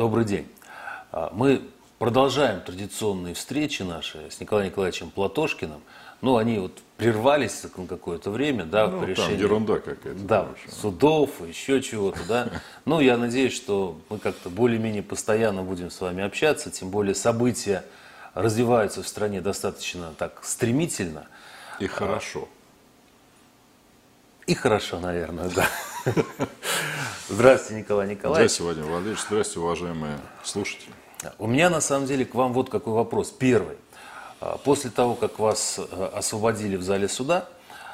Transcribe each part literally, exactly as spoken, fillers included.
Добрый день. Мы продолжаем традиционные встречи наши с Николаем Николаевичем Платошкиным. Ну, они вот прервались на какое-то время, да, ну, по решению. Там ерунда какая-то. Да, судов, еще чего-то, да. Ну, я надеюсь, что мы как-то более-менее постоянно будем с вами общаться, тем более события развиваются в стране достаточно так стремительно. И хорошо. И хорошо, наверное, да. Здравствуйте, Николай Николаевич. Здравствуйте, Владимир Владимирович. Здравствуйте, уважаемые слушатели. У меня на самом деле к вам вот какой вопрос. Первый. После того, как вас освободили в зале суда,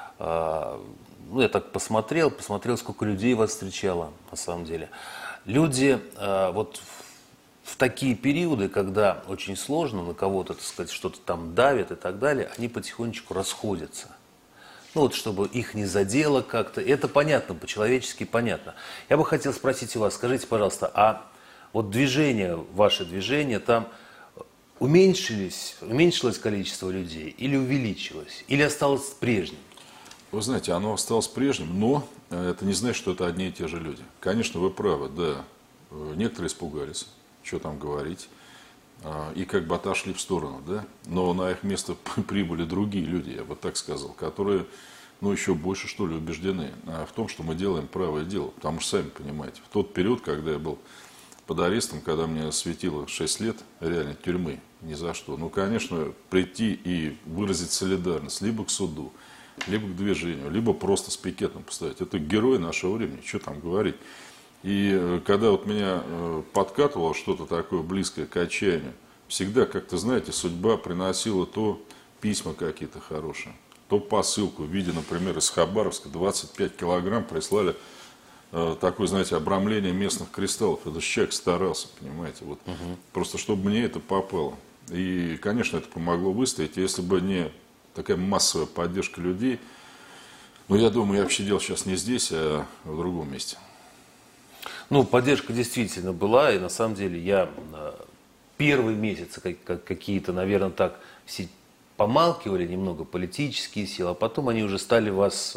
ну, я так посмотрел, посмотрел, сколько людей вас встречало, на самом деле. Люди вот в такие периоды, когда очень сложно, на кого-то, так сказать, что-то там давит и так далее, они потихонечку расходятся. Ну вот, чтобы их не задело как-то. Это понятно, по-человечески понятно. Я бы хотел спросить у вас, скажите, пожалуйста, а вот движение, ваше движение, там уменьшились, уменьшилось количество людей или увеличилось, или осталось прежним? Вы знаете, оно осталось прежним, но это не значит, что это одни и те же люди. Конечно, вы правы, да. Некоторые испугались, что там говорить, и как бы отошли в сторону, да. Но на их место прибыли другие люди, я бы так сказал, которые, ну, еще больше, что ли, убеждены в том, что мы делаем правое дело. Потому что, сами понимаете, в тот период, когда я был под арестом, когда мне светило шесть лет реально тюрьмы, ни за что. Ну, конечно, прийти и выразить солидарность либо к суду, либо к движению, либо просто с пикетом поставить. Это герои нашего времени, что там говорить. И когда вот меня подкатывало что-то такое близкое к отчаянию, всегда, как-то, знаете, судьба приносила то письма какие-то хорошие, то посылку в виде, например, из Хабаровска двадцать пять килограмм прислали. Такое, знаете, обрамление местных кристаллов. Это же человек старался, понимаете, вот. Угу. Просто чтобы мне это попало. И, конечно, это помогло выстоять. Если бы не такая массовая поддержка людей, ну, я думаю, я вообще делал сейчас не здесь, а в другом месте. Ну, поддержка действительно была, и на самом деле я первые месяцы какие-то, наверное, так все помалкивали немного политические силы, а потом они уже стали вас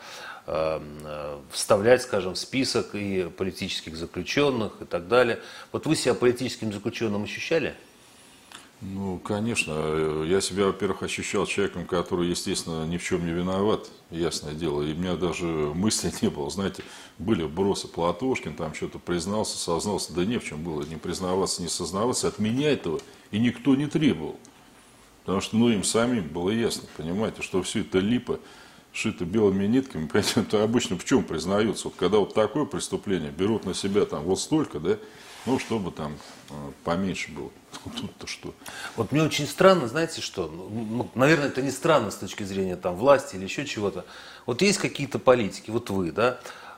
вставлять, скажем, в список и политических заключенных и так далее. Вот вы себя политическим заключенным ощущали? Ну, конечно. Я себя, во-первых, ощущал человеком, который, естественно, ни в чем не виноват, ясное дело. И у меня даже мысли не было. Знаете, были вбросы. Платошкин там что-то признался, сознался. Да не в чем было. Не признаваться, не сознаваться. От меня этого и никто не требовал. Потому что, ну, им самим было ясно, понимаете, что все это липа, шито белыми нитками, понимаете, это обычно в чем признаются? Вот когда вот такое преступление берут на себя там вот столько, да, ну, чтобы там поменьше было. Тут-то что? Вот мне очень странно, знаете что, ну, наверное, это не странно с точки зрения там власти или еще чего-то. Вот есть какие-то политики, вот вы, да,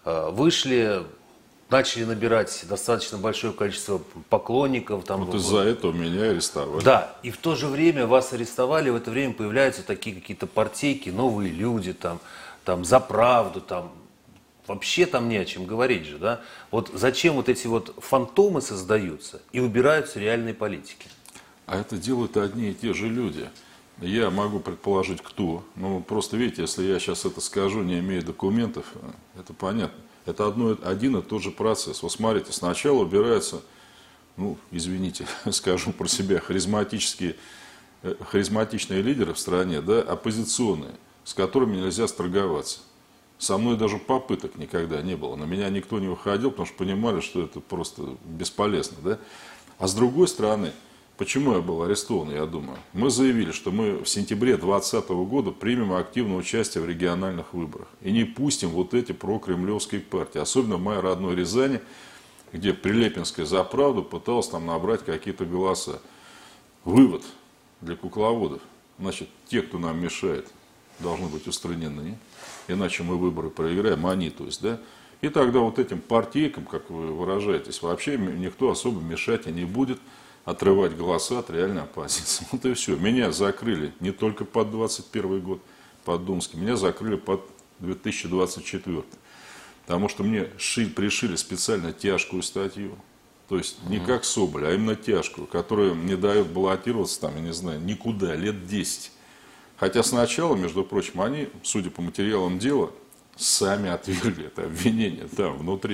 вышли, начали набирать достаточно большое количество поклонников. Там, вот из-за этого меня арестовали. Да, и в то же время вас арестовали, в это время появляются такие какие-то партейки, новые люди, там, там, за правду, там, вообще там не о чем говорить же, да? Вот зачем вот эти вот фантомы создаются и убираются реальные политики? А это делают одни и те же люди. Я могу предположить, кто. Ну, просто видите, если я сейчас это скажу, не имея документов, это понятно. Это одно, один и тот же процесс. Вот смотрите, сначала убираются, ну, извините, скажу про себя, харизматические, харизматичные лидеры в стране, да, оппозиционные, с которыми нельзя сторговаться. Со мной даже попыток никогда не было. На меня никто не выходил, потому что понимали, что это просто бесполезно, да. А с другой стороны, почему я был арестован, я думаю? Мы заявили, что мы в сентябре две тысячи двадцатого года примем активное участие в региональных выборах. И не пустим вот эти прокремлевские партии. Особенно в моей родной Рязани, где Прилепинская за правду пыталась там набрать какие-то голоса. Вывод для кукловодов. Значит, те, кто нам мешает, должны быть устранены. Иначе мы выборы проиграем, они, то есть, да. И тогда вот этим партийкам, как вы выражаетесь, вообще никто особо мешать и не будет. Отрывать голоса от реальной оппозиции. Вот и все. Меня закрыли не только под двадцать первый год, под Думский, меня закрыли под две тысячи двадцать четвёртый. Потому что мне ши, пришили специально тяжкую статью. То есть не как Соболь, а именно тяжкую, которая не дает баллотироваться там, я не знаю, никуда, лет десять. Хотя сначала, между прочим, они, судя по материалам дела, сами отвергли это обвинение там внутри.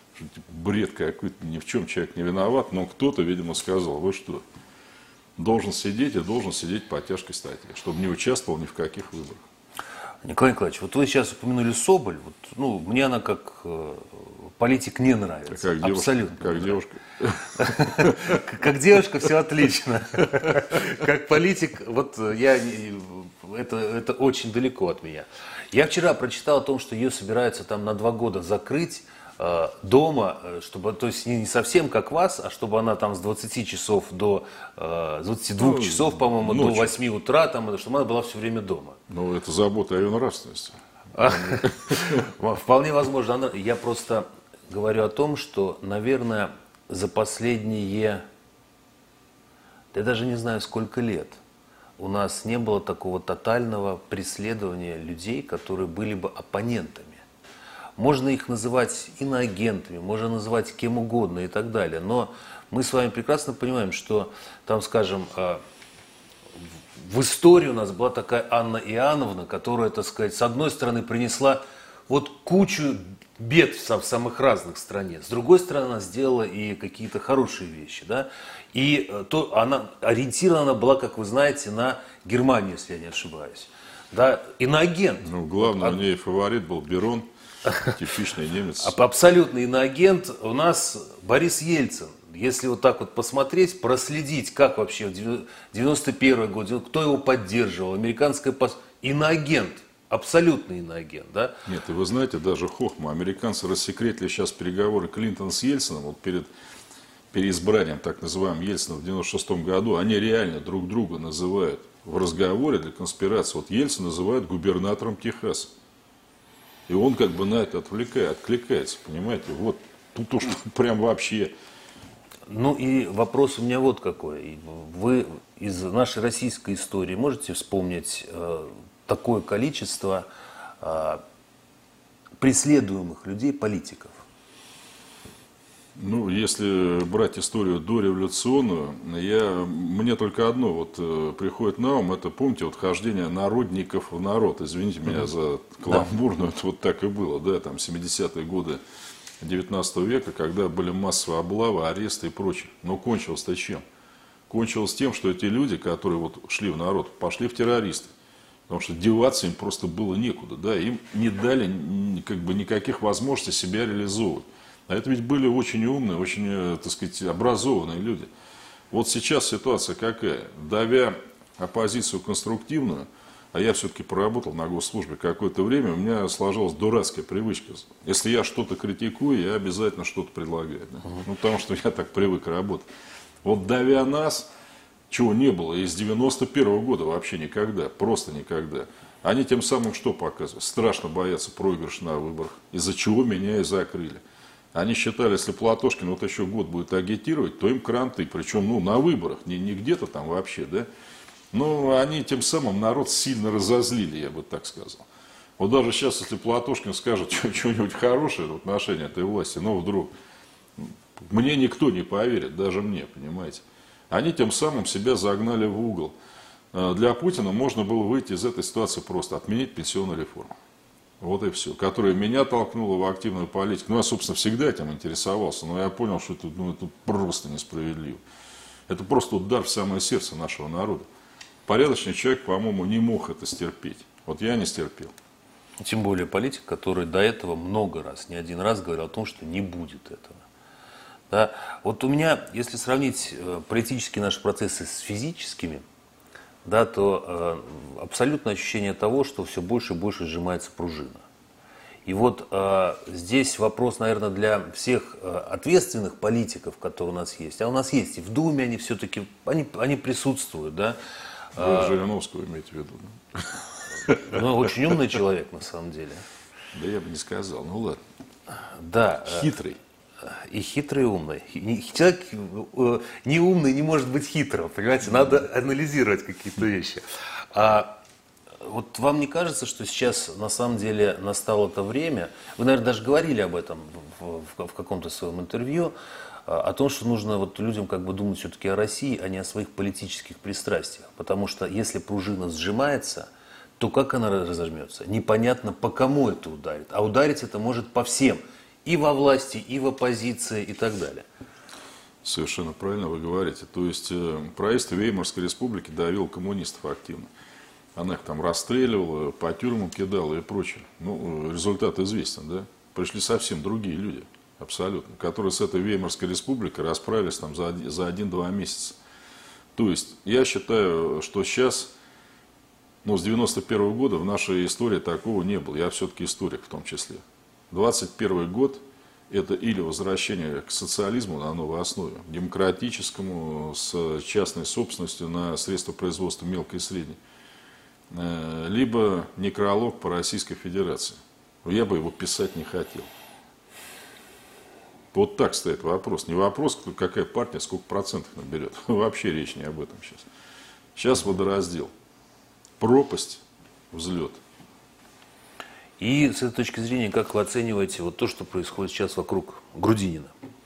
что, типа, бред какой-то, ни в чем человек не виноват, но кто-то, видимо, сказал, вы что, должен сидеть и должен сидеть по тяжкой статье, чтобы не участвовал ни в каких выборах. Николай Николаевич, вот вы сейчас упомянули Соболь, вот, ну, мне она как э, политик не нравится. Как девушка, абсолютно. Как девушка. Как девушка все отлично. Как политик, вот я, это, это очень далеко от меня. Я вчера прочитал о том, что ее собираются там на два года закрыть э, дома, чтобы, то есть не совсем как вас, а чтобы она там с двадцати часов до э, двадцати двух ну, часов, по-моему, до восьми утра, там, чтобы она была все время дома. Ну, это забота о ее нравственности. Вполне возможно. Я просто говорю о том, что, наверное, за последние, я даже не знаю, сколько лет, у нас не было такого тотального преследования людей, которые были бы оппонентами. Можно их называть иноагентами, можно называть кем угодно и так далее. Но мы с вами прекрасно понимаем, что там, скажем, в истории у нас была такая Анна Иоанновна, которая, так сказать, с одной стороны принесла вот кучу бед в самых разных стране. С другой стороны, она сделала и какие-то хорошие вещи. Да? И то, она ориентирована была, как вы знаете, на Германию, если я не ошибаюсь. Да? Иноагент. Ну, главный вот, у нее фаворит был Берон, типичный немец. Абсолютно иноагент. У нас Борис Ельцин. Если вот так вот посмотреть, проследить, как вообще в девяносто первый год, кто его поддерживал, американская пос... иноагент. Абсолютно иноагент, да? Нет, и вы знаете, даже хохма, американцы рассекретили сейчас переговоры Клинтона с Ельцином, вот перед переизбранием, так называемым, Ельцина в девяносто шестом году, они реально друг друга называют в разговоре для конспирации. Вот Ельцин называют губернатором Техаса. И он как бы на это отвлекает, откликается, понимаете? Вот тут уж прям вообще... Ну и вопрос у меня вот какой. Вы из нашей российской истории можете вспомнить... такое количество а, преследуемых людей, политиков? Ну, если брать историю дореволюционную, я, мне только одно вот приходит на ум, это, помните, вот хождение народников в народ. Извините меня за каламбур, но это вот так и было, да, там, семидесятые годы девятнадцатого века, когда были массовые облавы, аресты и прочее. Но кончилось-то чем? Кончилось тем, что эти люди, которые вот шли в народ, пошли в террористы. Потому что деваться им просто было некуда, да, им не дали как бы никаких возможностей себя реализовывать. А это ведь были очень умные, очень, так сказать, образованные люди. Вот сейчас ситуация какая? Давя оппозицию конструктивную, а я все-таки проработал на госслужбе какое-то время, у меня сложилась дурацкая привычка. Если я что-то критикую, я обязательно что-то предлагаю. Да? Ну, потому что я так привык работать. Вот давя нас... Чего не было из девяносто первого года вообще никогда, просто никогда. Они тем самым что показывают? Страшно боятся проигрыша на выборах, из-за чего меня и закрыли. Они считали, если Платошкин вот еще год будет агитировать, то им кранты, причем ну, на выборах, не, не где-то там вообще, да. Но они тем самым народ сильно разозлили, я бы так сказал. Вот даже сейчас, если Платошкин скажет что-нибудь хорошее в отношении этой власти, ну вдруг, мне никто не поверит, даже мне, понимаете. Они тем самым себя загнали в угол. Для Путина можно было выйти из этой ситуации просто, отменить пенсионную реформу. Вот и все. Которая меня толкнула в активную политику. Ну, я, собственно, всегда этим интересовался, но я понял, что это, ну, это просто несправедливо. Это просто удар в самое сердце нашего народа. Порядочный человек, по-моему, не мог это стерпеть. Вот я не стерпел. Тем более политик, который до этого много раз, не один раз говорил о том, что не будет этого. Да. Вот у меня, если сравнить э, политические наши процессы с физическими, да, то э, абсолютное ощущение того, что все больше и больше сжимается пружина. И вот э, здесь вопрос, наверное, для всех э, ответственных политиков, которые у нас есть. А у нас есть и в Думе они все-таки, они, они присутствуют. Да? Вы Жириновского имеете в виду? Да? Ну, очень умный человек, на самом деле. Да я бы не сказал, ну ладно. Да. Хитрый. И хитрый, и умный. Человек не умный не может быть хитрым, понимаете? Надо анализировать какие-то вещи. А вот вам не кажется, что сейчас на самом деле настало это время, вы, наверное, даже говорили об этом в, в, в каком-то своем интервью, о том, что нужно вот людям как бы думать все-таки о России, а не о своих политических пристрастиях. Потому что если пружина сжимается, то как она разожмется? Непонятно, по кому это ударит. А ударить это может по всем. и во власти, и в оппозиции, и так далее. Совершенно правильно вы говорите. То есть э, правительство Веймарской республики давило коммунистов активно. Она их там расстреливала, по тюрьмам кидала и прочее. Ну, результат известен, да? Пришли совсем другие люди, абсолютно, которые с этой Веймарской республикой расправились там за, за один-два месяца. То есть я считаю, что сейчас, ну, с девяносто первого года в нашей истории такого не было. Я все-таки историк в том числе. двадцать первый год – это или возвращение к социализму на новой основе, демократическому, с частной собственностью на средства производства мелкой и средней, либо некролог по Российской Федерации. Я бы его писать не хотел. Вот так стоит вопрос. Не вопрос, какая партия, сколько процентов наберет. Вообще речь не об этом сейчас. Сейчас водораздел. Пропасть, взлет. И с этой точки зрения, как вы оцениваете вот то, что происходит сейчас вокруг Грудинина?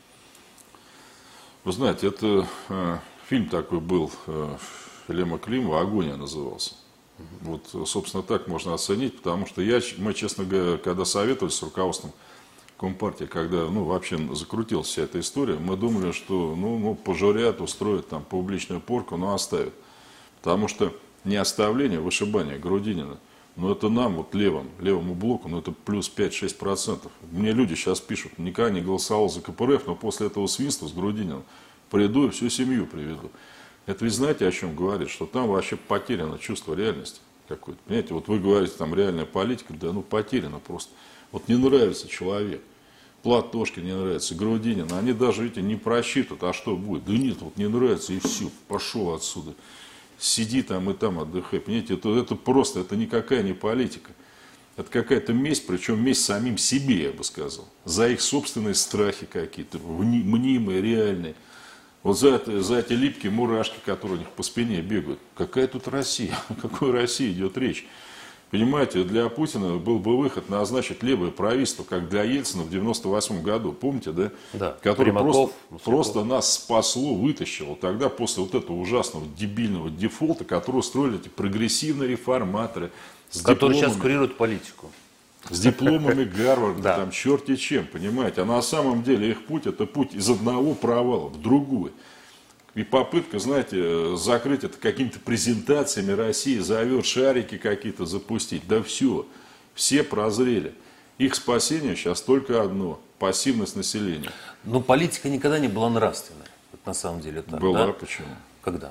Вы знаете, это э, фильм такой был, э, Лема Климова, «Агония» назывался. Вот, собственно, так можно оценить, потому что я, мы, честно говоря, когда советовались с руководством Компартии, когда, ну, вообще закрутилась вся эта история, мы думали, что, ну, ну пожурят, устроят там публичную порку, но оставят. Потому что не оставление, вышибание Грудинина, но это нам, вот левым, левому блоку, ну, это плюс пять-шесть процентов. Мне люди сейчас пишут, никогда не голосовал за ка пэ эр эф, но после этого свинства с Грудининым приду и всю семью приведу. Это ведь знаете, о чем говорит? Что там вообще потеряно чувство реальности какой-то. Понимаете, вот вы говорите, там реальная политика, да ну потеряно просто. Вот не нравится человек. Платошкин не нравится, Грудинин. Они даже, видите, не просчитывают, а что будет. Да нет, вот не нравится и все, пошел отсюда. Сиди там и там отдыхай. Понимаете, это, это просто, это никакая не политика. Это какая-то месть, причем месть самим себе, я бы сказал. За их собственные страхи какие-то, мнимые, реальные. Вот за, это, за эти липкие мурашки, которые у них по спине бегают. Какая тут Россия? О какой России идет речь? Понимаете, для Путина был бы выход назначить левое правительство, как для Ельцина в девяносто восьмом году. Помните, да? Да. Которое Примаков, просто, просто нас спасло, вытащило. Тогда после вот этого ужасного дебильного дефолта, который устроили эти прогрессивные реформаторы. С которые сейчас курируют политику. С дипломами Гарварда, да. там черти чем, понимаете. А на самом деле их путь, это путь из одного провала в другой. И попытка, знаете, закрыть это какими-то презентациями России, зовет шарики какие-то запустить. Да все, все прозрели. Их спасение сейчас только одно – пассивность населения. Но политика никогда не была нравственной. Это на самом деле так. Была, да? почему? Когда?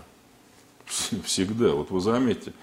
Всегда. Вот вы заметьте.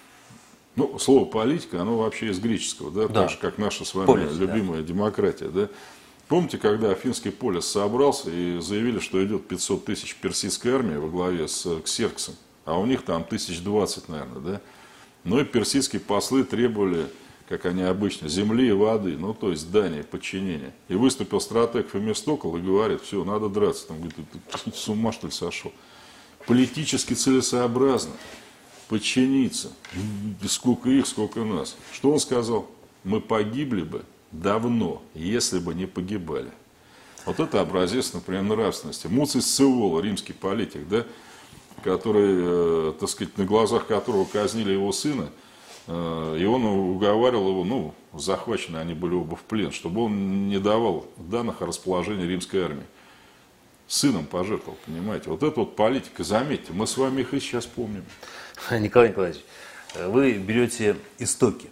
Ну, слово политика, оно вообще из греческого, да, да. так же, как наша с вами Полис, любимая да. демократия, да. Помните, когда Афинский полис собрался и заявили, что идет пятьсот тысяч персидской армии во главе с Ксерксом, а у них там тысяч двадцать, наверное, да. Ну и персидские послы требовали, как они обычно, земли и воды, ну то есть дания, подчинения. И выступил стратег Фемистокл и говорит, все, надо драться. Там говорит, ты с ума что ли сошел? Политически целесообразно подчиниться. Сколько их, сколько нас. Что он сказал? Мы погибли бы давно, если бы не погибали. Вот это образец, например, нравственности. Муций Сцевола, римский политик, да, который, э, так сказать, на глазах которого казнили его сына, э, и он уговаривал его, ну, захвачены они были оба в плен, чтобы он не давал данных о расположении римской армии. Сыном пожертвовал, понимаете. Вот это вот политика, заметьте, мы с вами их и сейчас помним. Николай Николаевич, вы берете истоки.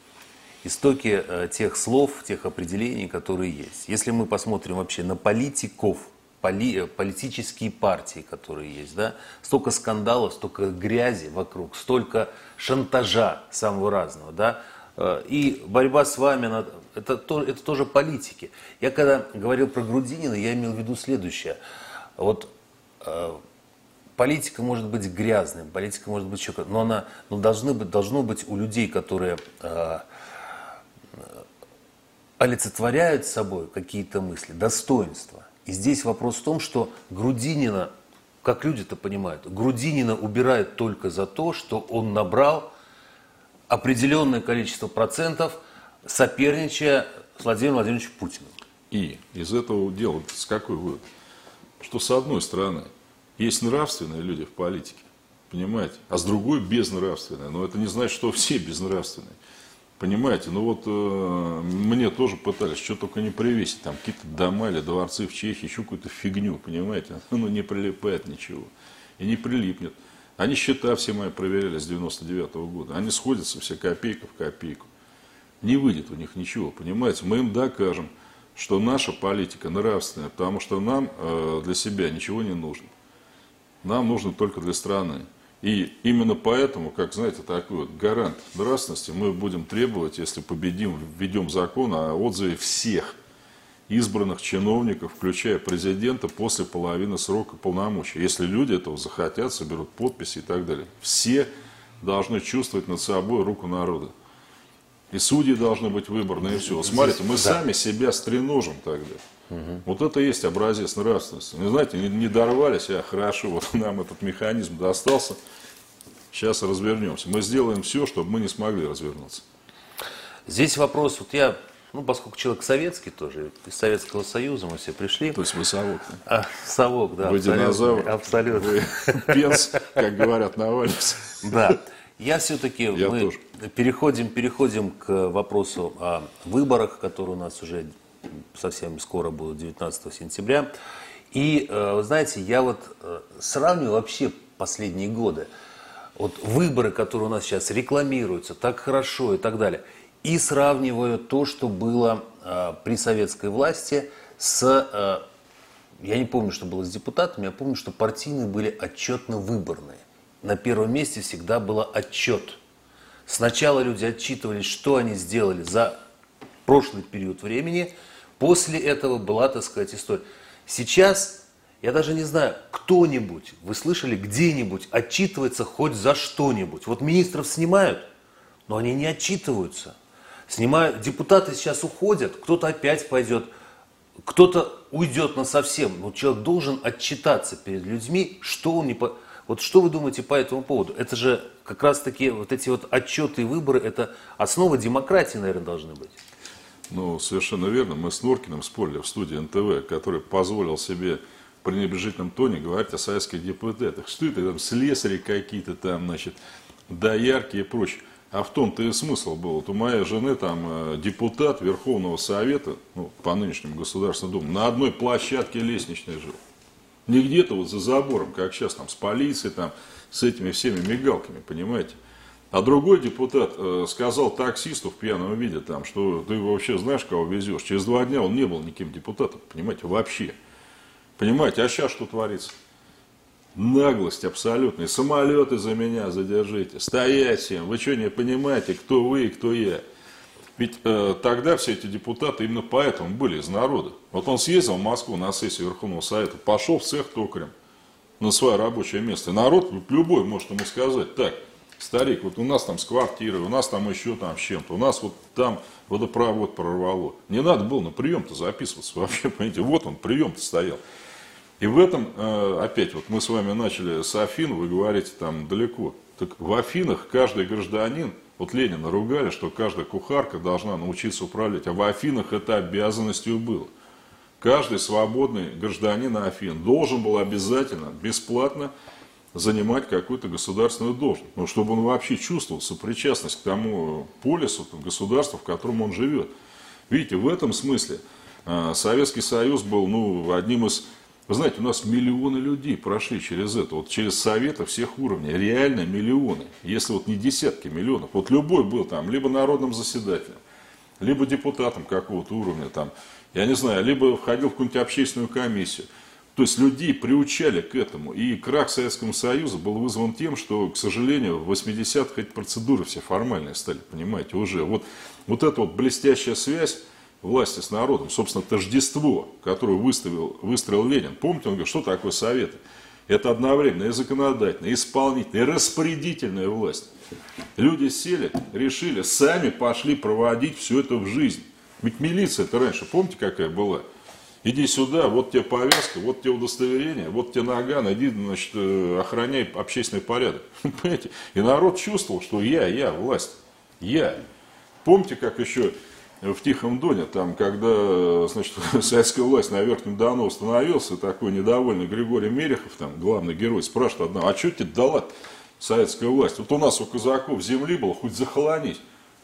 Истоки тех слов, тех определений, которые есть. Если мы посмотрим вообще на политиков, поли, политические партии, которые есть, да, столько скандалов, столько грязи вокруг, столько шантажа самого разного, да, и борьба с вами, это, это тоже политики. Я когда говорил про Грудинина, я имел в виду следующее. Вот политика может быть грязной, политика может быть еще как-то, но она, но должны быть, должно быть у людей, которые олицетворяют собой какие-то мысли, достоинства. И здесь вопрос в том, что Грудинина, как люди-то понимают, Грудинина убирают только за то, что он набрал определенное количество процентов, соперничая с Владимиром Владимировичем Путиным. И из этого дела с какой вывод? Что с одной стороны есть нравственные люди в политике, понимаете, а с другой безнравственные. Но это не значит, что все безнравственные. Понимаете, ну вот э, мне тоже пытались, что только не привесить, там какие-то дома или дворцы в Чехии, еще какую-то фигню, понимаете, ну не прилипает ничего и не прилипнет. Они счета все мои проверяли с девяносто девятого года, они сходятся все копейка в копейку. Не выйдет у них ничего, понимаете, мы им докажем, что наша политика нравственная, потому что нам э, для себя ничего не нужно, нам нужно только для страны. И именно поэтому, как знаете, такой вот гарант нравственности мы будем требовать, если победим, введем закон о отзыве всех избранных чиновников, включая президента, после половины срока полномочий. Если люди этого захотят, соберут подписи и так далее. Все должны чувствовать над собой руку народа. И судьи должны быть выборные, и все. Смотрите, мы да. сами себя стреножим тогда. Угу. Вот это и есть образец нравственности. Не знаете, не, не дорвались, а хорошо, вот нам этот механизм достался. Сейчас развернемся. Мы сделаем все, чтобы мы не смогли развернуться. Здесь вопрос, вот я, ну, поскольку человек советский тоже, из Советского Союза мы все пришли. То есть вы совок. А, совок, да. Вы динозавр. Абсолютно. Вы пенс, как говорят, навалился. Да. Я все-таки, мы тоже. переходим, переходим к вопросу о выборах, которые у нас уже совсем скоро будут, девятнадцатого сентября. И, вы знаете, я вот сравниваю вообще последние годы. Вот выборы, которые у нас сейчас рекламируются так хорошо и так далее. И сравниваю то, что было при советской власти с, я не помню, что было с депутатами, я помню, что партийные были отчетно-выборные. На первом месте всегда был отчет. Сначала люди отчитывались, что они сделали за прошлый период времени. После этого была, так сказать, история. Сейчас, я даже не знаю, кто-нибудь, вы слышали, где-нибудь отчитывается хоть за что-нибудь. Вот министров снимают, но они не отчитываются. Снимают, депутаты сейчас уходят, кто-то опять пойдет, кто-то уйдет насовсем. Но человек должен отчитаться перед людьми, что он не... По... Вот что вы думаете по этому поводу? Это же как раз таки вот эти вот отчеты и выборы, это основа демократии, наверное, должны быть. Ну, совершенно верно. Мы с Норкиным спорили в студии эн тэ вэ, который позволил себе в пренебрежительном тоне говорить о советских депутатах. Что это там, слесари какие-то там, значит, доярки и прочее. А в том-то и смысл был. Вот у моей жены там депутат Верховного Совета, ну, по нынешнему Государственному Думу, на одной площадке лестничной жил. Не где-то вот за забором, как сейчас там с полицией, там, с этими всеми мигалками, понимаете. А другой депутат э, сказал таксисту в пьяном виде, там, что ты вообще знаешь, кого везешь. Через два дня он не был никаким депутатом, понимаете, вообще. Понимаете, а сейчас что творится? Наглость абсолютная. Самолеты за меня задержите. Стоять всем. Вы что, не понимаете, кто вы и кто я? Ведь э, тогда все эти депутаты именно поэтому были из народа. Вот он съездил в Москву на сессию Верховного Совета, пошел в цех токарем на свое рабочее место. И народ любой может ему сказать: так, старик, вот у нас там с квартирой, у нас там еще там с чем-то, у нас вот там водопровод прорвало. Не надо было на прием-то записываться вообще, понимаете, вот он, прием-то стоял. И в этом, э, опять, вот мы с вами начали с Афин, вы говорите там далеко. Так в Афинах каждый гражданин, вот Ленина ругали, что каждая кухарка должна научиться управлять, а в Афинах это обязанностью было. Каждый свободный гражданин Афин должен был обязательно, бесплатно занимать какую-то государственную должность, ну, чтобы он вообще чувствовал сопричастность к тому полису, государству, в котором он живет. Видите, в этом смысле э, Советский Союз был, ну, одним из... Вы знаете, у нас миллионы людей прошли через это, вот через советы всех уровней, реально миллионы, если вот не десятки миллионов. Вот любой был там либо народным заседателем, либо депутатом какого-то уровня, там, я не знаю, либо входил в какую-нибудь общественную комиссию. То есть людей приучали к этому. И крах Советского Союза был вызван тем, что, к сожалению, в восьмидесятых эти процедуры все формальные стали, понимаете, уже. Вот, вот эта вот блестящая связь власти с народом, собственно, тождество, которое выставил, выстроил Ленин. Помните, он говорит, что такое советы? Это одновременно и законодательная, и исполнительная, и распорядительная власть. Люди сели, решили, сами пошли проводить все это в жизнь. Ведь милиция-то раньше, помните, какая была? Иди сюда, вот тебе повязка, вот тебе удостоверение, вот тебе наган, иди, значит, охраняй общественный порядок. Понимаете? И народ чувствовал, что я, я, власть, я. Помните, как еще в Тихом Доне, там, когда, значит, советская власть на Верхнем Дону установился, такой недовольный Григорий Мерехов, там, главный герой, спрашивает одного: а что тебе дала советская власть? Вот у нас у казаков земли было хоть захолонить.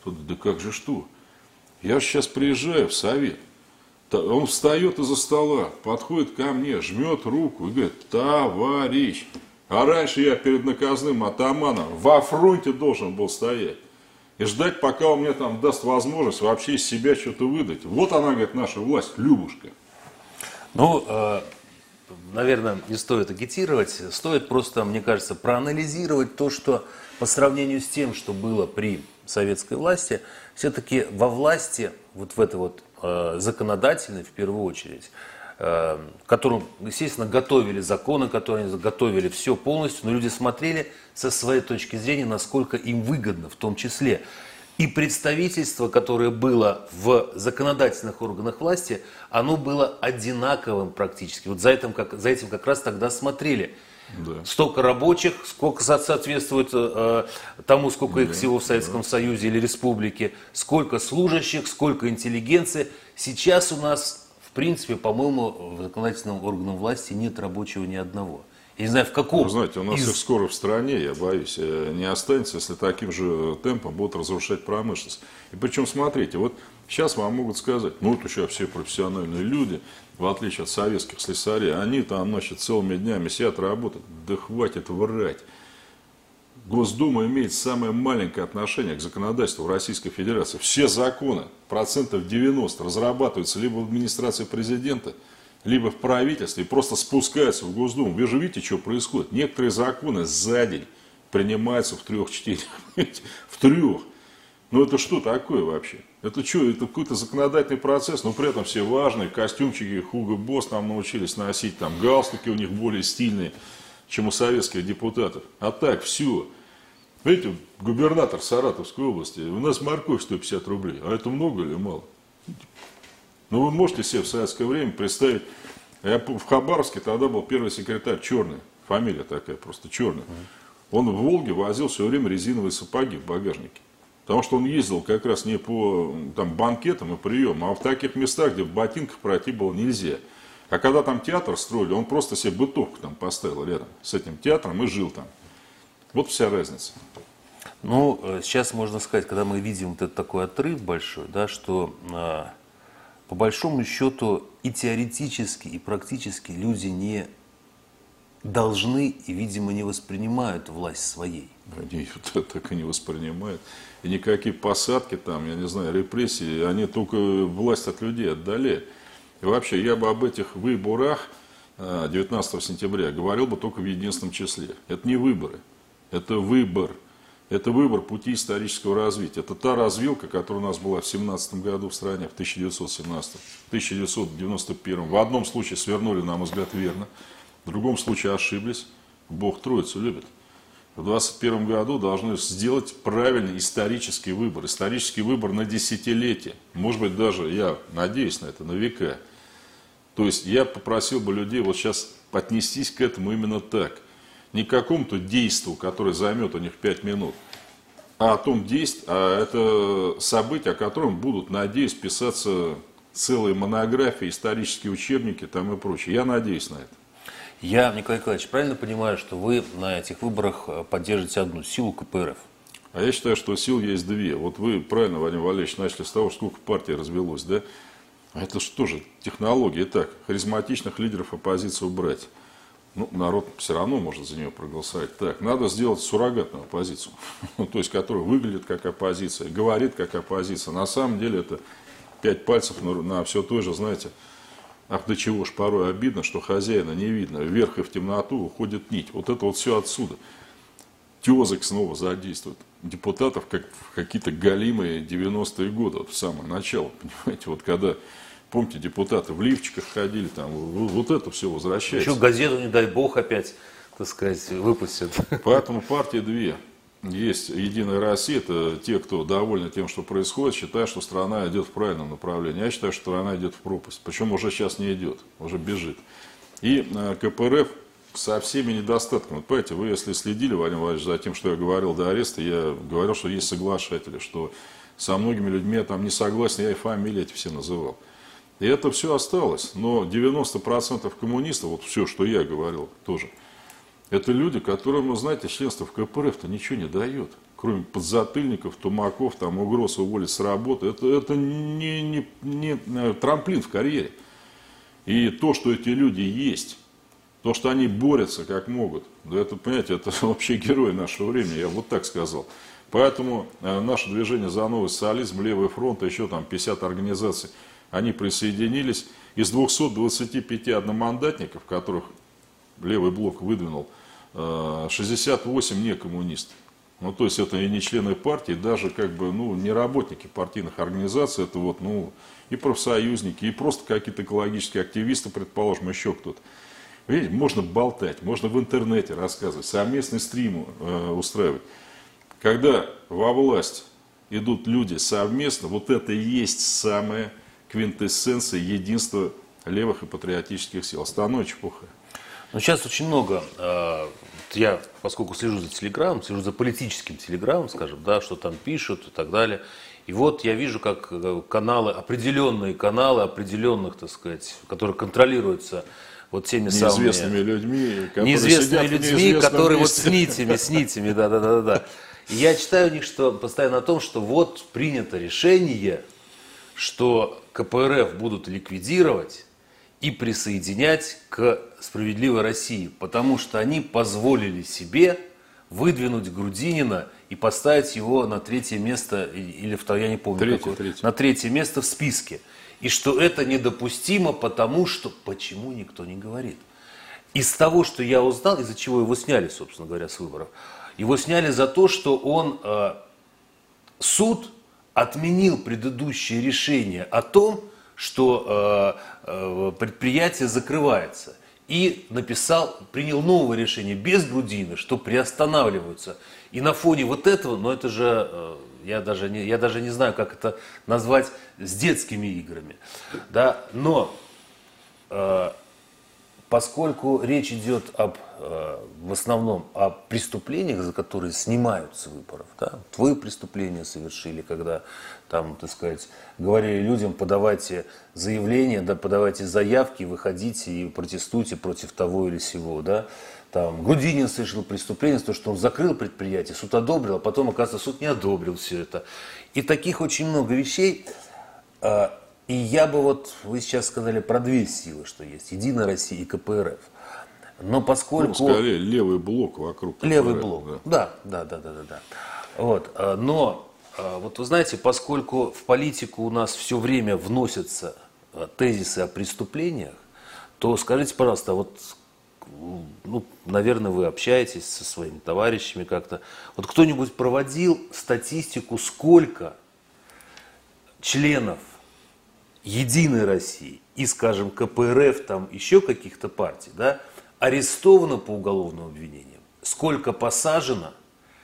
Тот, да как же что? Я же сейчас приезжаю в совет. Он встает из-за стола, подходит ко мне, жмет руку и говорит: товарищ, а раньше я перед наказным атаманом во фронте должен был стоять. И ждать, пока он мне там даст возможность вообще из себя что-то выдать. Вот она, говорит, наша власть, Любушка. Ну, э, наверное, не стоит агитировать, стоит просто, мне кажется, проанализировать то, что по сравнению с тем, что было при советской власти, все-таки во власти, вот в этой вот э, законодательной, в первую очередь, э, которым, естественно, готовили законы, которые они готовили все полностью, но люди смотрели со своей точки зрения, насколько им выгодно, в том числе. И представительство, которое было в законодательных органах власти, оно было одинаковым практически. Вот за этим как, за этим как раз тогда смотрели. Да. Столько рабочих, сколько соответствует э, тому, сколько их да, всего в Советском да. Союзе или Республике, сколько служащих, сколько интеллигенции. Сейчас у нас, в принципе, по-моему, в законодательном органе власти нет рабочего ни одного. Я не знаю, в каком. Вы знаете, у нас из... их скоро в стране, я боюсь, не останется, если таким же темпом будут разрушать промышленность. И причем, смотрите, вот сейчас вам могут сказать: ну, это сейчас все профессиональные люди, в отличие от советских слесарей, они там, значит, целыми днями сидят, работают. Да хватит врать. Госдума имеет самое маленькое отношение к законодательству Российской Федерации. Все законы, процентов девяносто, разрабатываются либо в администрации президента, либо в правительстве, и просто спускаются в Госдуму. Вы же видите, что происходит. Некоторые законы за день принимаются в трех-четырех. В трех. Ну это что такое вообще? Это что, это какой-то законодательный процесс, но при этом все важные, костюмчики Хуго Босс нам научились носить, там галстуки у них более стильные, чем у советских депутатов. А так, все. Видите, губернатор Саратовской области, у нас морковь сто пятьдесят рублей, а это много или мало? Ну вы можете себе в советское время представить, я в Хабаровске тогда был первый секретарь Черный, фамилия такая просто Черный. Он в Волге возил все время резиновые сапоги в багажнике. Потому что он ездил как раз не по там, банкетам и приемам, а в таких местах, где в ботинках пройти было нельзя. А когда там театр строили, он просто себе бытовку там поставил рядом с этим театром и жил там. Вот вся разница. Ну, сейчас можно сказать, когда мы видим вот этот такой отрыв большой, да, что э, по большому счету и теоретически, и практически люди не должны и, видимо, не воспринимают власть своей. Они ее так и не воспринимают. И никакие посадки там, я не знаю, репрессии, они только власть от людей отдали. И вообще, я бы об этих выборах девятнадцатого сентября говорил бы только в единственном числе. Это не выборы, это выбор. Это выбор пути исторического развития. Это та развилка, которая у нас была в семнадцатом году в стране, в тысяча девятьсот семнадцатом, в тысяча девятьсот девяносто первом. В одном случае свернули, на мой взгляд, верно, в другом случае ошиблись. Бог Троицу любит. В двадцать первом году должны сделать правильный исторический выбор. Исторический выбор на десятилетие. Может быть, даже, я надеюсь на это, на века. То есть, я попросил бы людей вот сейчас отнестись к этому именно так. Не к какому-то действу, которое займет у них пять минут, а о том действии, а это события, о котором будут, надеюсь, писаться целые монографии, исторические учебники там и прочее. Я надеюсь на это. Я, Николай Николаевич, правильно понимаю, что вы на этих выборах поддержите одну силу ка пэ эр эф? А я считаю, что сил есть две. Вот вы правильно, Владимир Валерьевич, начали с того, сколько партий развелось, да? А это что же технология? Так, харизматичных лидеров оппозиции убрать. Ну, народ все равно может за нее проголосовать. Так, надо сделать суррогатную оппозицию, то есть, которая выглядит как оппозиция, говорит как оппозиция. На самом деле это пять пальцев на, на все то же, знаете. Ах, до чего ж порой обидно, что хозяина не видно. Вверх и в темноту уходит нить. Вот это вот все отсюда. Тезок снова задействует депутатов, как в какие-то галимые девяностые годы, вот в самое начало, понимаете, вот когда, помните, депутаты в лифчиках ходили, там, вот это все возвращается. Еще газету, не дай бог, опять, так сказать, выпустят. Поэтому партии две. Есть Единая Россия, это те, кто довольны тем, что происходит, считают, что страна идет в правильном направлении. Я считаю, что страна идет в пропасть. Причем уже сейчас не идет, уже бежит. И ка пэ эр эф со всеми недостатками. Вот понимаете, вы если следили, Владимир Владимирович, за тем, что я говорил до ареста, я говорил, что есть соглашатели, что со многими людьми я там не согласен, я и фамилии эти все называл. И это все осталось. Но девяносто процентов коммунистов, вот все, что я говорил тоже, это люди, которым, ну, знаете, членство в ка пэ эр эф-то ничего не дает, кроме подзатыльников, тумаков, там, угроз уволить с работы, это, это не, не, не трамплин в карьере. И то, что эти люди есть, то, что они борются как могут, да это, понимаете, это вообще герои нашего времени, я вот так сказал. Поэтому э, наше движение «За новый социализм», «Левый фронт», еще там пятьдесят организаций, они присоединились. Из двухсот двадцати пяти одномандатников, которых Левый блок выдвинул, э, шестьдесят восемь не коммунисты. Ну, то есть это и не члены партии, даже как бы, ну, не работники партийных организаций, это вот, ну, и профсоюзники, и просто какие-то экологические активисты, предположим, еще кто-то. Видите, можно болтать, можно в интернете рассказывать, совместный стрим э, устраивать. Когда во власть идут люди совместно, вот это и есть самая квинтэссенция единства левых и патриотических сил. Остальное чепуха. Но сейчас очень много, э, я, поскольку слежу за телеграммом, слежу за политическим телеграммом, скажем, да, что там пишут и так далее. И вот я вижу, как каналы, определенные каналы, определенных, так сказать, которые контролируются вот теми неизвестными самыми... людьми, которые неизвестными людьми, которые месте. вот с нитями, с нитями, да-да-да-да. И я читаю у них, что постоянно о том, что вот принято решение, что ка пэ эр эф будут ликвидировать и присоединять к «Справедливой России», потому что они позволили себе выдвинуть Грудинина и поставить его на третье место, или второе, я не помню, третье, какое, третье. на третье место в списке. И что это недопустимо, потому что... Почему никто не говорит? Из того, что я узнал, из-за чего его сняли, собственно говоря, с выборов, его сняли за то, что он, э, суд отменил предыдущее решение о том, что э, э, предприятие закрывается. И написал, принял новое решение без Грудинина, что приостанавливаются. И на фоне вот этого, но это же, э, я, даже не, я даже не знаю, как это назвать, с детскими играми. Да? Но э, поскольку речь идет об, э, в основном о преступлениях, за которые снимают с выборов, да? Твои преступления совершили, когда там, так сказать, говорили людям, подавайте заявления, да, подавайте заявки, выходите и протестуйте против того или сего, да. Там Грудинин совершил преступление за то, что он закрыл предприятие, суд одобрил, а потом, оказывается, суд не одобрил все это. И таких очень много вещей. И я бы вот, вы сейчас сказали про две силы, что есть, Единая Россия и ка пэ эр эф. Но поскольку... Ну, скорее, левый блок вокруг ка пэ эр эф. Левый блок, да, да, да, да, да. да. Вот, но... Вот вы знаете, поскольку в политику у нас все время вносятся тезисы о преступлениях, то скажите, пожалуйста, вот, ну, наверное, вы общаетесь со своими товарищами как-то. Вот кто-нибудь проводил статистику, сколько членов Единой России и, скажем, ка пэ эр эф, там еще каких-то партий, да, арестовано по уголовным обвинениям, сколько посажено,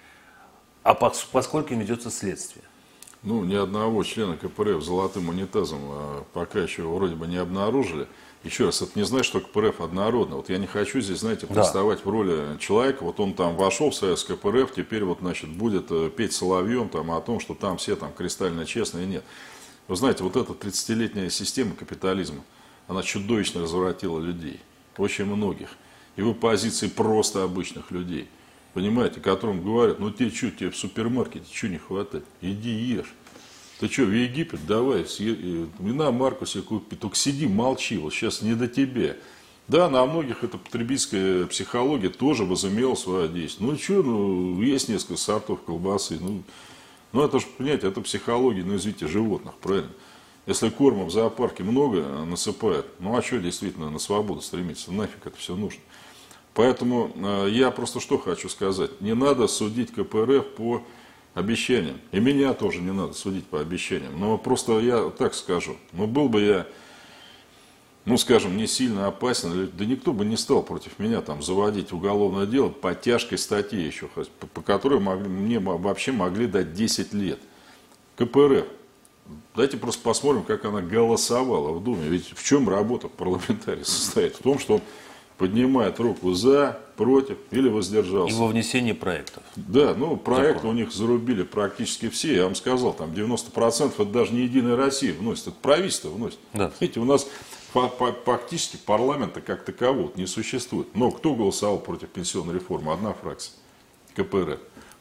а по, по скольким ведется следствие? Ну, ни одного члена ка пэ эр эф золотым унитазом а, пока еще вроде бы не обнаружили. Еще раз, это не значит, что ка пэ эр эф однородно. Вот я не хочу здесь, знаете, представать да. в роли человека. Вот он там вошел в союз ка пэ эр эф, теперь вот, значит, будет петь соловьем там, о том, что там все там кристально честные. Нет. Вы знаете, вот эта тридцатилетняя система капитализма, она чудовищно развратила людей. Очень многих. И в позиции просто обычных людей. Понимаете, которым говорят, ну тебе что, тебе в супермаркете, что не хватает? Иди ешь. Ты что, в Египет, давай, вина Маркусе купи, только сиди, молчи, вот сейчас не до тебя. Да, на многих эта потребительская психология тоже возымела свое действие. Ну что, ну, есть несколько сортов колбасы, ну, ну это же, понимаете, это психология, ну извините, животных, правильно? Если корма в зоопарке много насыпают, ну а что действительно на свободу стремиться, нафиг это все нужно? Поэтому э, я просто что хочу сказать. Не надо судить ка пэ эр эф по обещаниям. И меня тоже не надо судить по обещаниям. Но просто я так скажу. Ну, был бы я, ну, скажем, не сильно опасен, да никто бы не стал против меня там заводить уголовное дело по тяжкой статье еще, по, по которой могли, мне вообще могли дать десять лет. ка пэ эр эф. Давайте просто посмотрим, как она голосовала в Думе. Ведь в чем работа парламентария состоит? В том, что он поднимает руку за, против или воздержался. И во внесении проектов. Да, ну проекты у них зарубили практически все. Я вам сказал, там девяносто процентов это даже не Единая Россия вносит, это правительство вносит. Да. Видите, у нас фактически парламента как такового не существует. Но кто голосовал против пенсионной реформы? Одна фракция. ка пэ эр эф.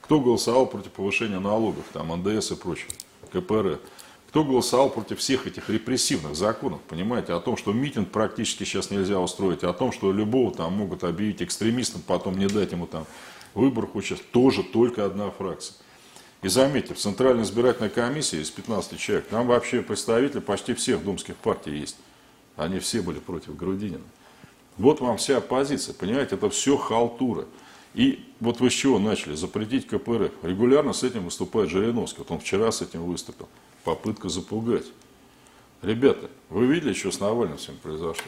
Кто голосовал против повышения налогов, там, эн дэ эс и прочее, ка пэ эр? Кто голосовал против всех этих репрессивных законов, понимаете, о том, что митинг практически сейчас нельзя устроить, о том, что любого там могут объявить экстремистом, потом не дать ему там в выборах участвовать, тоже только одна фракция. И заметьте, в Центральной избирательной комиссии из пятнадцати человек, там вообще представители почти всех думских партий есть. Они все были против Грудинина. Вот вам вся оппозиция, понимаете, это все халтура. И вот вы с чего начали? Запретить ка пэ эр. Регулярно с этим выступает Жириновский. Вот он вчера с этим выступил. Попытка запугать. Ребята, вы видели, что с Навальным всем произошло?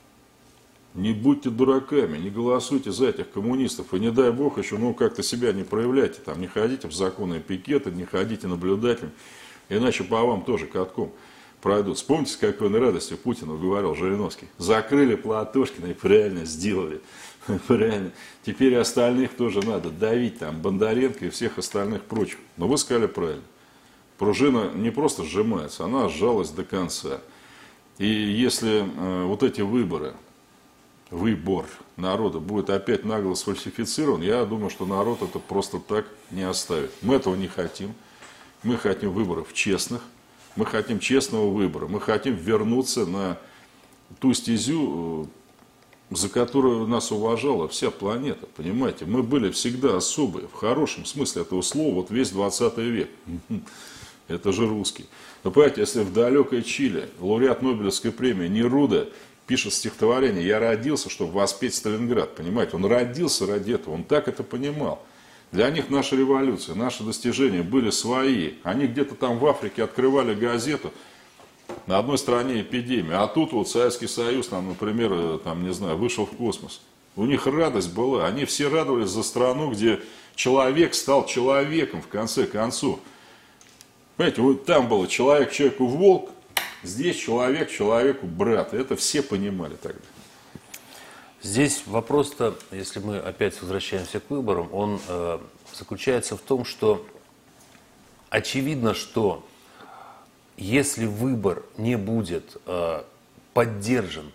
Не будьте дураками, не голосуйте за этих коммунистов. И не дай бог еще, ну, как-то себя не проявляйте. Там, не ходите в законные пикеты, не ходите наблюдателем. Иначе по вам тоже катком пройдут. Вспомните, с какой он радостью Путину говорил Жириновский. Закрыли Платошкина и правильно сделали. Правильно. Теперь и остальных тоже надо давить. Там Бондаренко и всех остальных прочих. Но вы сказали правильно. Пружина не просто сжимается, она сжалась до конца. И если э, вот эти выборы, выбор народа будет опять нагло сфальсифицирован, я думаю, что народ это просто так не оставит. Мы этого не хотим. Мы хотим выборов честных. Мы хотим честного выбора. Мы хотим вернуться на ту стезю, за которую нас уважала вся планета. Понимаете, мы были всегда особые, в хорошем смысле этого слова, вот весь двадцатый век. Это же русский. Но понимаете, если в далекой Чили лауреат Нобелевской премии Неруда пишет стихотворение «Я родился, чтобы воспеть Сталинград». Понимаете, он родился ради этого, он так это понимал. Для них наша революция, наши достижения были свои. Они где-то там в Африке открывали газету, на одной стороне эпидемия, а тут вот Советский Союз, там, например, там, не знаю, вышел в космос. У них радость была, они все радовались за страну, где человек стал человеком в конце концов. Понимаете, вот там было человек человеку волк, здесь человек человеку брат. Это все понимали тогда. Здесь вопрос-то, если мы опять возвращаемся к выборам, он э, заключается в том, что очевидно, что если выбор не будет э, поддержан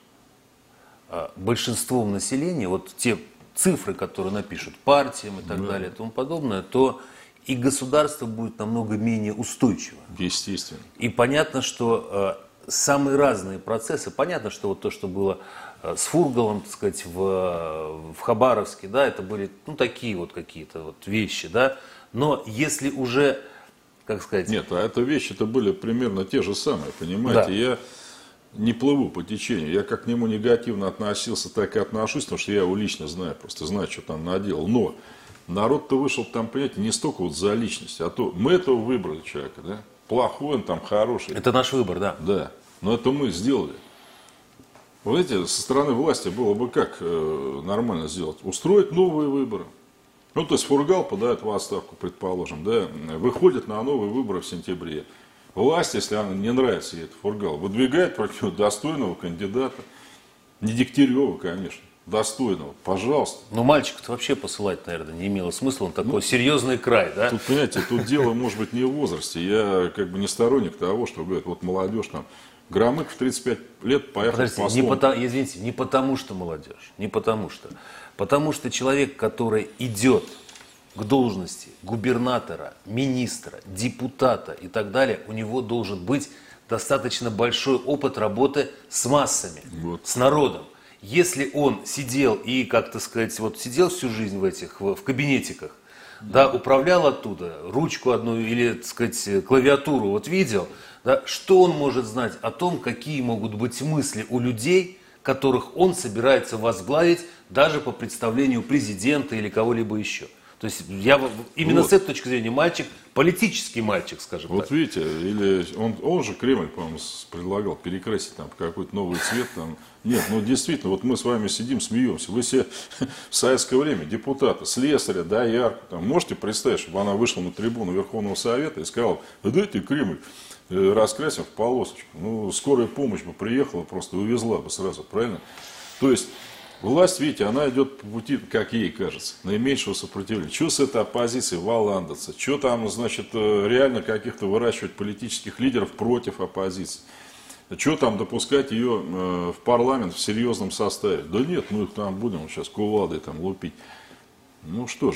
э, большинством населения, вот те цифры, которые напишут партиям и так да. далее и тому подобное, то и государство будет намного менее устойчиво. Естественно. И понятно, что э, самые разные процессы, понятно, что вот то, что было э, с Фургалом, так сказать, в, в Хабаровске, да, это были, ну, такие вот какие-то вот вещи, да, но если уже, как сказать... Нет, а это вещи-то были примерно те же самые, понимаете, да. Я не плыву по течению, я как к нему негативно относился, так и отношусь, потому что я его лично знаю, просто знаю, что там наделал, но... Народ-то вышел там, понимаете, не столько вот за личность, а то мы этого выбрали человека, да? Плохой он там, хороший. Это наш выбор, да. Да, но это мы сделали. Вы знаете, со стороны власти было бы как э, нормально сделать? Устроить новые выборы. Ну, то есть Фургал подает в отставку, предположим, да, выходит на новые выборы в сентябре. Власть, если она не нравится ей, это Фургал, выдвигает против него достойного кандидата. Не Дегтярева, конечно. Достойного, пожалуйста. Но мальчика-то вообще посылать, наверное, не имело смысла. Он такой ну, серьезный край, да? Тут, понимаете, тут дело, может быть, не в возрасте. Я как бы не сторонник того, что говорят, вот молодежь там. Громык в тридцать пять лет поехал послом. Не потому, извините, не потому что молодежь, не потому что. Потому что человек, который идет к должности губернатора, министра, депутата и так далее, у него должен быть достаточно большой опыт работы с массами, вот. С народом. Если он сидел и, как то сказать, вот сидел всю жизнь в этих, в, в кабинетиках, да, управлял оттуда, ручку одну или, так сказать, клавиатуру вот видел, да, что он может знать о том, какие могут быть мысли у людей, которых он собирается возглавить даже по представлению президента или кого-либо еще. То есть я именно вот. С этой точки зрения мальчик, политический мальчик, скажем вот так. Вот видите, или он, он же Кремль, по-моему, предлагал перекрасить там какой-то новый цвет. Там. Нет, ну действительно, вот мы с вами сидим, смеемся. Вы себе в советское время депутата, слесаря, доярку, там, можете представить, чтобы она вышла на трибуну Верховного Совета и сказала, да дайте Кремль раскрасим в полосочку. Ну, скорая помощь бы приехала, просто увезла бы сразу, правильно? То есть... Власть, видите, она идет по пути, как ей кажется, наименьшего сопротивления. Что с этой оппозицией валандаться? Что там, значит, реально каких-то выращивать политических лидеров против оппозиции? Что там допускать ее в парламент в серьезном составе? Да нет, мы их там будем сейчас кувалдой там лупить. Ну что же,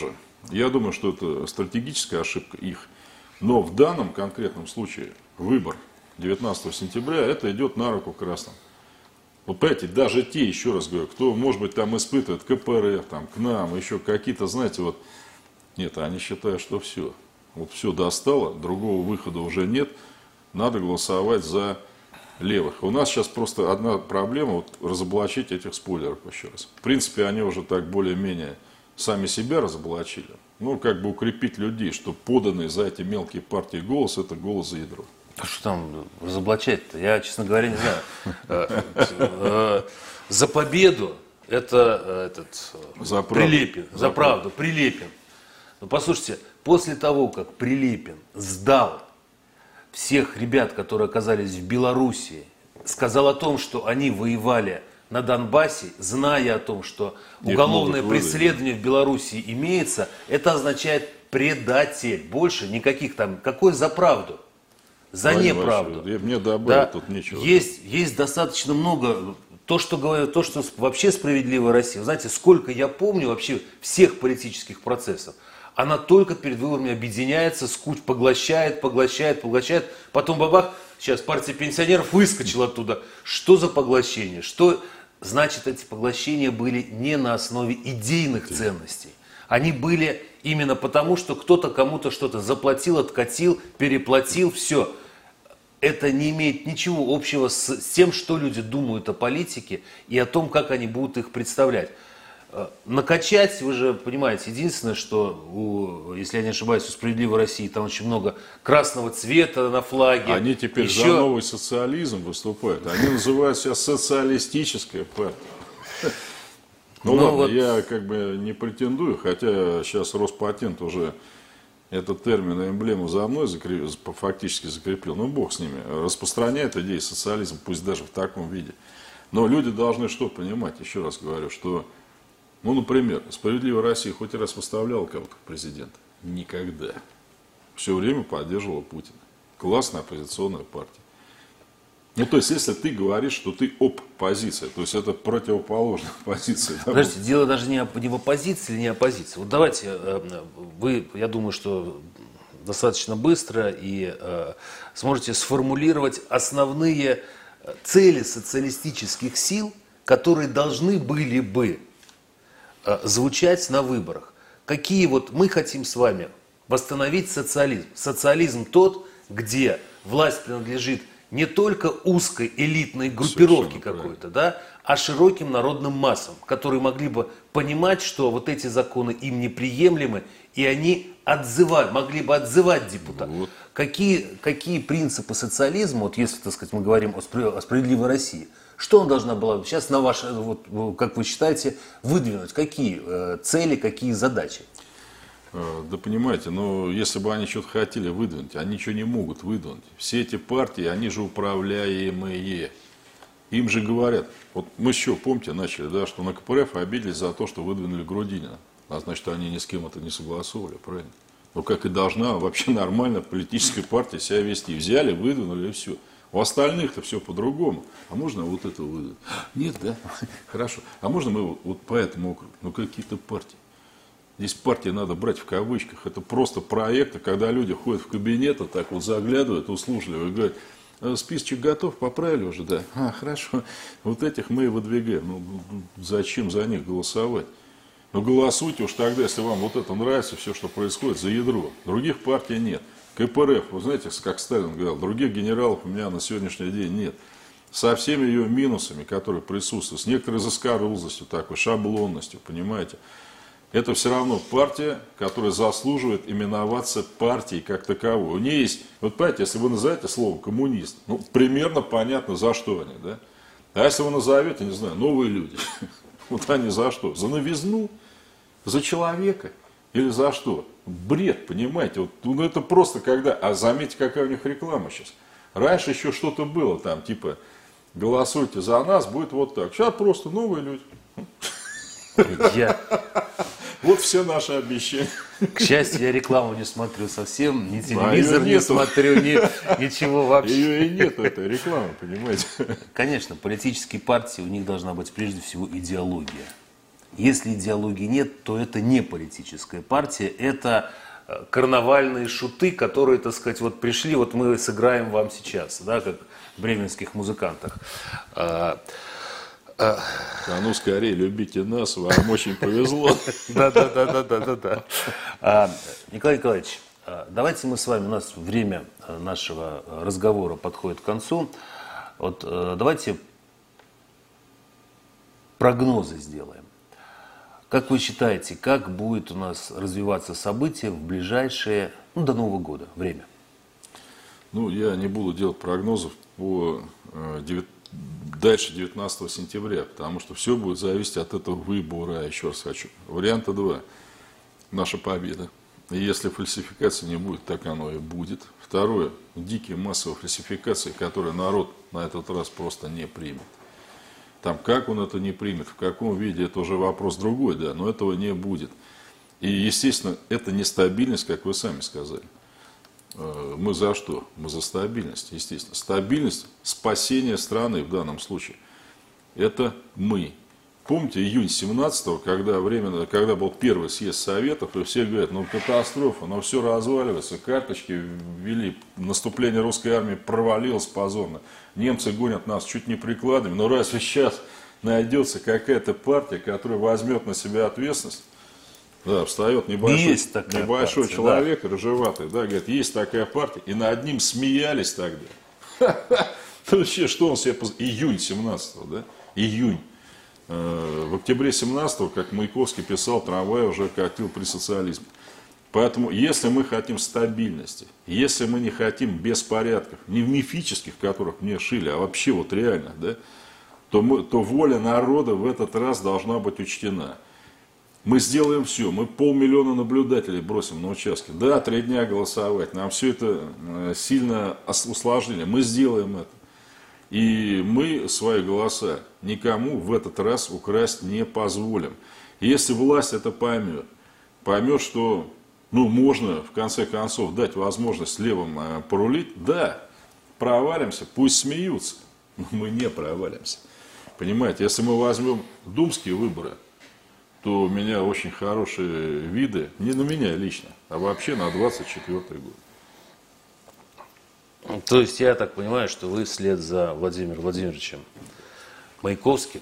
Я думаю, что это стратегическая ошибка их. Но в данном конкретном случае выбор девятнадцатого сентября, это идет на руку красным. Вот понимаете, даже те, еще раз говорю, кто, может быть, там испытывает ка пэ эр эф, там, к нам, еще какие-то, знаете, вот, нет, они считают, что все. Вот все достало, другого выхода уже нет, надо голосовать за левых. У нас сейчас просто одна проблема, вот, разоблачить этих спойлеров еще раз. В принципе, они уже так более-менее сами себя разоблачили. Ну, как бы укрепить людей, что поданный за эти мелкие партии голос, это голос за ядро. А что там разоблачать-то? Я, честно говоря, не знаю. За победу это этот Прилепин, за правду Прилепин. Ну, послушайте, после того, как Прилепин сдал всех ребят, которые оказались в Белоруссии, сказал о том, что они воевали на Донбассе, зная о том, что уголовное преследование в Белоруссии имеется, это означает предатель. Больше никаких там, какой за правду? За Владимир неправду. Васильевич, мне добавить да, тут нечего. Есть, есть достаточно много, то, что говорят, то, что вообще справедливая Россия. Вы знаете, сколько я помню вообще всех политических процессов, она только перед выборами объединяется, скуч, поглощает, поглощает, поглощает. Потом бабах, сейчас партия пенсионеров выскочила оттуда. Что за поглощение? Что значит, эти поглощения были не на основе идейных ценностей. Они были именно потому, что кто-то кому-то что-то заплатил, откатил, переплатил, все. Это не имеет ничего общего с, с тем, что люди думают о политике и о том, как они будут их представлять. Накачать, вы же понимаете, единственное, что, у, если я не ошибаюсь, у «Справедливой России» там очень много красного цвета на флаге. Они теперь еще... за новый социализм выступают. Они называют себя социалистическая партия. Ну, ну ладно, вот... я как бы не претендую, хотя сейчас Роспатент уже этот термин и эмблему за мной закреп... фактически закрепил. Ну, бог с ними. Распространяет идеи социализма, пусть даже в таком виде. Но люди должны что понимать, еще раз говорю, что, ну, например, «Справедливая Россия» хоть раз выставляла кого-то президента? Никогда. Все время поддерживала Путина. Классная оппозиционная партия. Ну, то есть, если ты говоришь, что ты оппозиция, то есть, это противоположная позиция. Да? Подождите, дело даже не, не в оппозиции или не оппозиции. Вот давайте, вы, я думаю, что достаточно быстро и э, сможете сформулировать основные цели социалистических сил, которые должны были бы э, звучать на выборах. Какие вот мы хотим с вами восстановить социализм. Социализм тот, где власть принадлежит не только узкой элитной группировке какой-то, да, а широким народным массам, которые могли бы понимать, что вот эти законы им неприемлемы, и они отзывают, могли бы отзывать депутатов. Вот. Какие, какие принципы социализма, вот если, так сказать, мы говорим о, спр- о справедливой России, что она должна была сейчас, на ваш, вот, как вы считаете, выдвинуть? Какие э, цели, какие задачи? Да понимаете, но если бы они что-то хотели выдвинуть, они ничего не могут выдвинуть. Все эти партии, они же управляемые. Им же говорят, вот мы еще, помните, начали, да, что на ка пэ эр эф обиделись за то, что выдвинули Грудинина. А значит, они ни с кем это не согласовывали, правильно? Ну, как и должна вообще нормально политическая партия себя вести. Взяли, выдвинули и все. У остальных-то все по-другому. А можно вот это выдвинуть? Нет, да? Хорошо. А можно мы вот по этому округу? Ну, какие-то партии. Здесь партии надо брать в кавычках. Это просто проекты, когда люди ходят в кабинет, так вот заглядывают услужливо и говорят, списочек готов, поправили уже, да. А, хорошо. Вот этих мы и выдвигаем. Ну, зачем за них голосовать? Ну, голосуйте уж тогда, если вам вот это нравится, все, что происходит, за ядро. Других партий нет. ка пэ эр эф, вы знаете, как Сталин говорил, других генералов у меня на сегодняшний день нет. Со всеми ее минусами, которые присутствуют, с некоторой заскорузлостью, такой шаблонностью, понимаете. Это все равно партия, которая заслуживает именоваться партией как таковой. У нее есть, вот понимаете, если вы назовете слово коммунист, ну, примерно понятно, за что они, да? А если вы назовете, не знаю, новые люди, вот они за что? За новизну? За человека? Или за что? Бред, понимаете? Вот, ну, это просто когда, а заметьте, какая у них реклама сейчас. Раньше еще что-то было там, типа, голосуйте за нас, будет вот так. Сейчас просто новые люди. Я... Вот все наши обещания. К счастью, я рекламу не смотрю совсем, ни телевизор а не смотрю, ни, ничего вообще. Ее и нет, этой рекламы, понимаете. Конечно, политические партии, у них должна быть прежде всего идеология. Если идеологии нет, то это не политическая партия, это карнавальные шуты, которые, так сказать, вот пришли, вот мы сыграем вам сейчас, да, как в бременских музыкантах. А ну скорее, любите нас, вам очень повезло. Да, да, да, да, да, да, да. Николай Николаевич, давайте мы с вами, у нас время нашего разговора подходит к концу. Вот давайте прогнозы сделаем. Как вы считаете, как будет у нас развиваться события в ближайшее, ну, до Нового года время? Ну, я не буду делать прогнозов по э, дальше девятнадцатого сентября, потому что все будет зависеть от этого выбора, еще раз хочу. Варианта два. Наша победа. И если фальсификации не будет, так оно и будет. Второе. Дикие массовые фальсификации, которые народ на этот раз просто не примет. Там, как он это не примет, в каком виде, это уже вопрос другой, да, но этого не будет. И, естественно, это нестабильность, как вы сами сказали. Мы за что? Мы за стабильность, естественно. Стабильность, спасение страны в данном случае. Это мы. Помните июнь семнадцатого, когда, временно, когда был первый съезд Советов, и все говорят, ну катастрофа, ну все разваливается, карточки ввели, наступление русской армии провалилось позорно. Немцы гонят нас чуть не прикладами, но разве сейчас найдется какая-то партия, которая возьмет на себя ответственность? Да, встает небольшой, небольшой партия, человек, да. Рыжеватый, да, говорит, есть такая партия, и над ним смеялись тогда. Вообще, что он себе... Июнь семнадцатого, да, июнь. В октябре семнадцатого, как Маяковский писал, трамвай уже катил при социализме. Поэтому, если мы хотим стабильности, если мы не хотим беспорядков, не в мифических, которых мне шили, а вообще вот реально, да, то, мы, то воля народа в этот раз должна быть учтена. Мы сделаем все, мы полмиллиона наблюдателей бросим на участке. Да, три дня голосовать, нам все это сильно усложнили, мы сделаем это. И мы свои голоса никому в этот раз украсть не позволим. И если власть это поймет, поймет, что ну, можно в конце концов дать возможность левым порулить, да, провалимся, пусть смеются, но мы не провалимся. Понимаете, если мы возьмем думские выборы, то у меня очень хорошие виды, не на меня лично, а вообще на двадцать четвёртый год. То есть я так понимаю, что вы вслед за Владимиром Владимировичем Маяковским,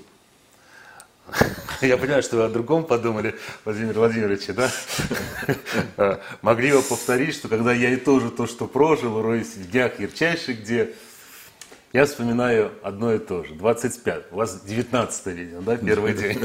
я понимаю, что вы о другом подумали, Владимир Владимирович, да? Могли бы повторить, что когда я и тоже то, что прожил, роюсь в днях ярчайших, где я вспоминаю одно и то же. двадцать пятое, у вас девятнадцатое, видимо, да, первый день.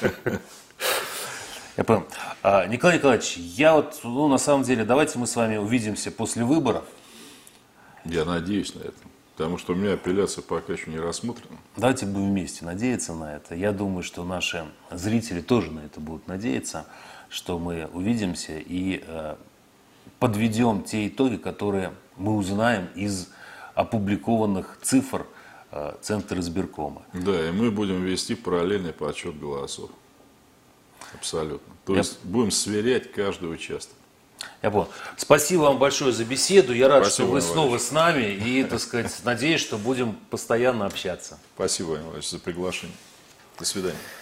Я понял. А, Николай Николаевич, я вот, ну, на самом деле, давайте мы с вами увидимся после выборов. Я надеюсь на это, потому что у меня апелляция пока еще не рассмотрена. Давайте будем вместе надеяться на это. Я думаю, что наши зрители тоже на это будут надеяться, что мы увидимся и э, подведем те итоги, которые мы узнаем из опубликованных цифр э, Центра избиркома. Да, и мы будем вести параллельный подсчет голосов. Абсолютно. То Я... есть будем сверять каждый участок. Я понял. Спасибо вам большое за беседу. Я рад, Спасибо, что вы Иван снова Иванович. с нами. И, так сказать, надеюсь, что будем постоянно общаться. Спасибо, Иван Иванович, за приглашение. До свидания.